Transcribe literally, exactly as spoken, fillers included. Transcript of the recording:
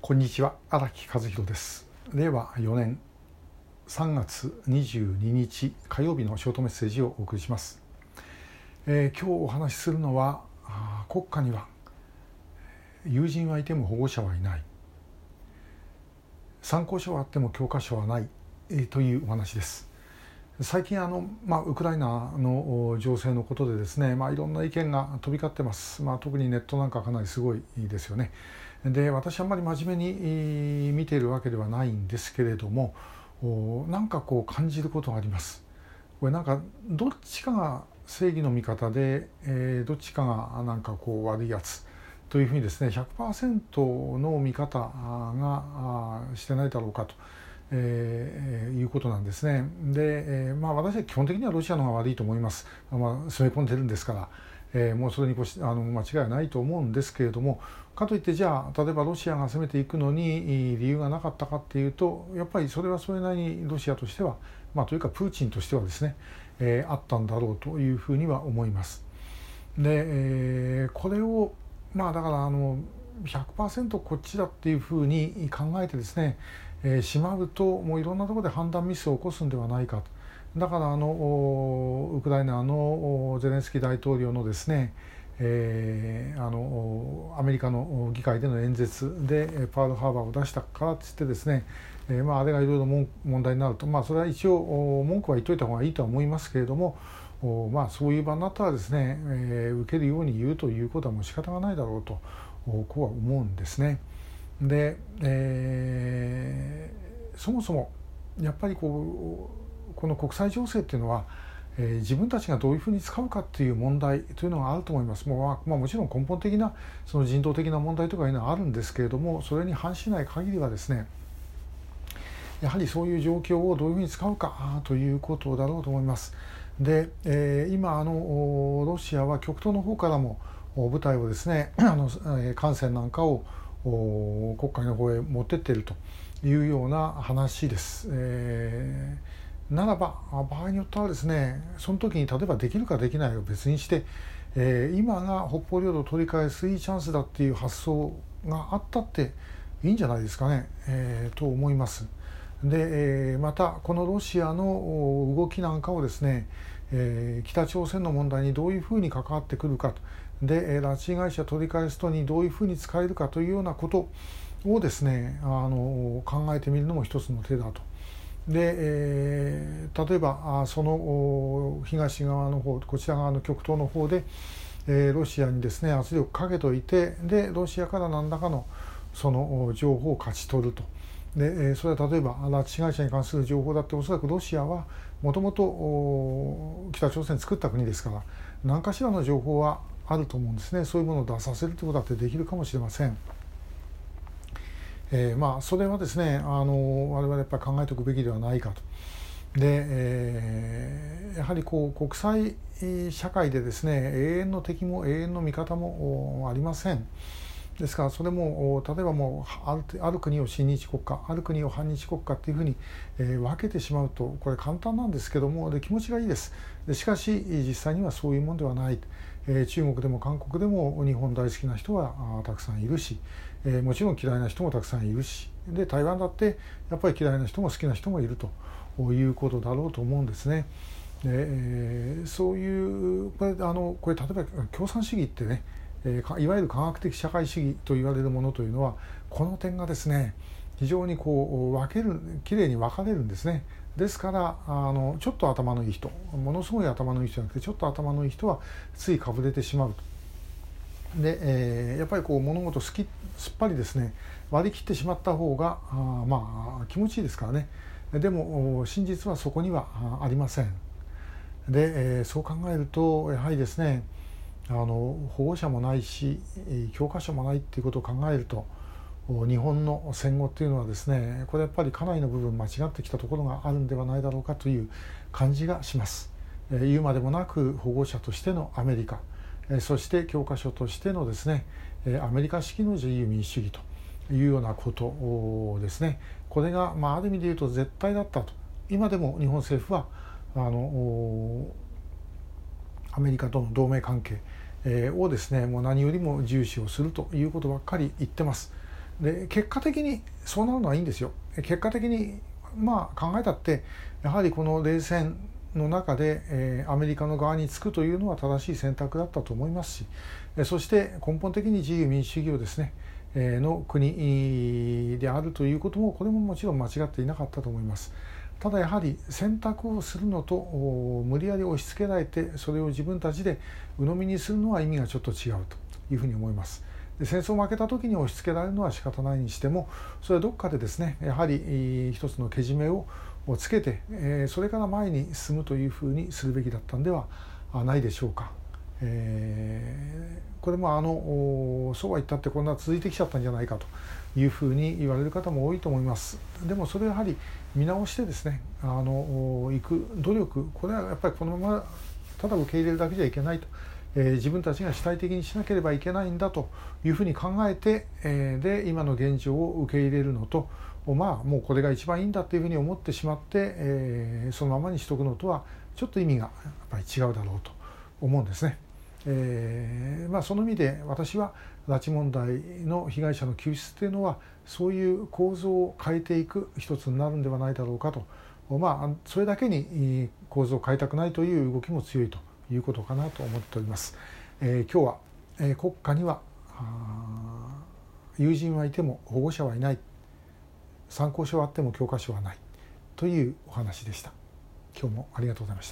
こんにちは、荒木和弘です。れいわよねんさんがつにじゅうににち火曜日のショートメッセージをお送りします。えー、今日お話しするのは、国家には友人はいても保護者はいない、参考書はあっても教科書はない、えー、というお話です。最近あの、まあ、ウクライナの情勢のことでですね、まあ、いろんな意見が飛び交ってます。まあ、特にネットなんかかなりすごいですよね。で、私はあんまり真面目に見ているわけではないんですけれども、なんかこう感じることがあります。これなんかどっちかが正義の味方で、えー、どっちかがなんかこう悪いやつというふうにですね ひゃくパーセント の見方がしてないだろうかと、えー、いうことなんですね。で、えーまあ、私は基本的にはロシアの方が悪いと思います。まあ、攻め込んでるんですから、えー、もうそれにこしあの間違いはないと思うんですけれども、かといってじゃあ例えばロシアが攻めていくのに理由がなかったかっていうと、やっぱりそれはそれなりにロシアとしては、まあ、というかプーチンとしてはですね、えー、あったんだろうというふうには思います。で、えー、これをまあだからあの ひゃくパーセント こっちだっていうふうに考えてですね、えー、しまうともういろんなところで判断ミスを起こすんではないかと。だからあのウクライナのゼレンスキー大統領のですね、えー、あのアメリカの議会での演説でパールハーバーを出したからといってですね、えーまあ、あれがいろいろ問題になると、まあ、それは一応文句は言っといた方がいいとは思いますけれども、まあ、そういう場になったらですね、えー、受けるように言うということはもう仕方がないだろうとこうは思うんですね。で、えー、そもそもやっぱりこうこの国際情勢っていうのは、えー、自分たちがどういうふうに使うかっていう問題というのがあると思います。もう、まあ、もちろん根本的なその人道的な問題とかいうのはあるんですけれども、それに反しない限りはですね、やはりそういう状況をどういうふうに使うかということだろうと思います。で、えー、今あのロシアは極東の方からも部隊をですね、あの艦船なんかを国会の方へ持ってっているというような話です。えー、ならば場合によってはですね、その時に例えばできるかできないを別にして、えー、今が北方領土を取り返すいいチャンスだっていう発想があったっていいんじゃないですかね、えー、と思います。で、またこのロシアの動きなんかをですね、えー、北朝鮮の問題にどういうふうに関わってくるかと、で拉致被害者取り返すとにどういうふうに使えるかというようなことをですね、あの考えてみるのも一つの手だと。で、えー、例えばその東側の方、こちら側の極東の方で、えー、ロシアにですね圧力かけといて、でロシアから何らかのその情報を勝ち取ると。でそれは例えば拉致被害者に関する情報だって、おそらくロシアはもともと北朝鮮作った国ですから、何かしらの情報はあると思うんですね。そういうものを出させるということだってできるかもしれません。えー、まあそれはですね、あの我々やっぱり考えておくべきではないかと。で、えー、やはりこう国際社会でですね、永遠の敵も永遠の味方もありません。ですからそれも例えばもうある、ある国を親日国家、ある国を反日国家っていうふうに、えー、分けてしまうと、これ簡単なんですけども、で気持ちがいいです。でしかし実際にはそういうもんではない。えー、中国でも韓国でも日本大好きな人はたくさんいるし、えー、もちろん嫌いな人もたくさんいるし、で台湾だってやっぱり嫌いな人も好きな人もいるということだろうと思うんですね。で、えー、そういうこれあのこれ例えば共産主義ってね、えー、いわゆる科学的社会主義と言われるものというのは、この点がですね非常にこう分けるきれいに分かれるんですね。ですからあのちょっと頭のいい人、ものすごい頭のいい人じゃなくてちょっと頭のいい人はついかぶれてしまうと。で、えー、やっぱりこう物事すきすっぱりですね割り切ってしまった方があまあ気持ちいいですからね。でも真実はそこにはありません。で、えー、そう考えるとやはりですね、あの保護者もないし教科書もないっていうことを考えると、日本の戦後っていうのはですね、これやっぱりかなりの部分間違ってきたところがあるんではないだろうかという感じがします。えー、言うまでもなく保護者としてのアメリカ、えー、そして教科書としてのですねアメリカ式の自由民主主義というようなことをですね、これが、まあ、ある意味で言うと絶対だったと。今でも日本政府はあのアメリカとの同盟関係をですねもう何よりも重視をするということばっかり言ってます。 で結果的にそうなるのはいいんですよ。結果的にまあ考えたってやはりこの冷戦の中で、えー、アメリカの側につくというのは正しい選択だったと思いますし、えー、そして根本的に自由民主主義をですね、えー、の国であるということもこれももちろん間違っていなかったと思います。ただやはり選択をするのと無理やり押し付けられてそれを自分たちで鵜呑みにするのは意味がちょっと違うというふうに思います。で戦争を負けた時に押し付けられるのは仕方ないにしてもそれはどっかでですねやはり一つのけじめをつけてそれから前に進むというふうにするべきだったんではないでしょうか。えー、これもあのそうは言ったってこんな続いてきちゃったんじゃないかというふうに言われる方も多いと思います。でもそれはやはり見直してですねあの行く努力これはやっぱりこのままただ受け入れるだけじゃいけないと、えー、自分たちが主体的にしなければいけないんだというふうに考えて、えー、で今の現状を受け入れるのとまあもうこれが一番いいんだというふうに思ってしまって、えー、そのままにしとくのとはちょっと意味がやっぱり違うだろうと思うんですね。えーまあ、その意味で私は拉致問題の被害者の救出というのはそういう構造を変えていく一つになるんではないだろうかと、まあ、それだけに構造を変えたくないという動きも強いということかなと思っております。えー、今日は、えー、国家には友人はいても保護者はいない、参考書はあっても教科書はないというお話でした。今日もありがとうございました。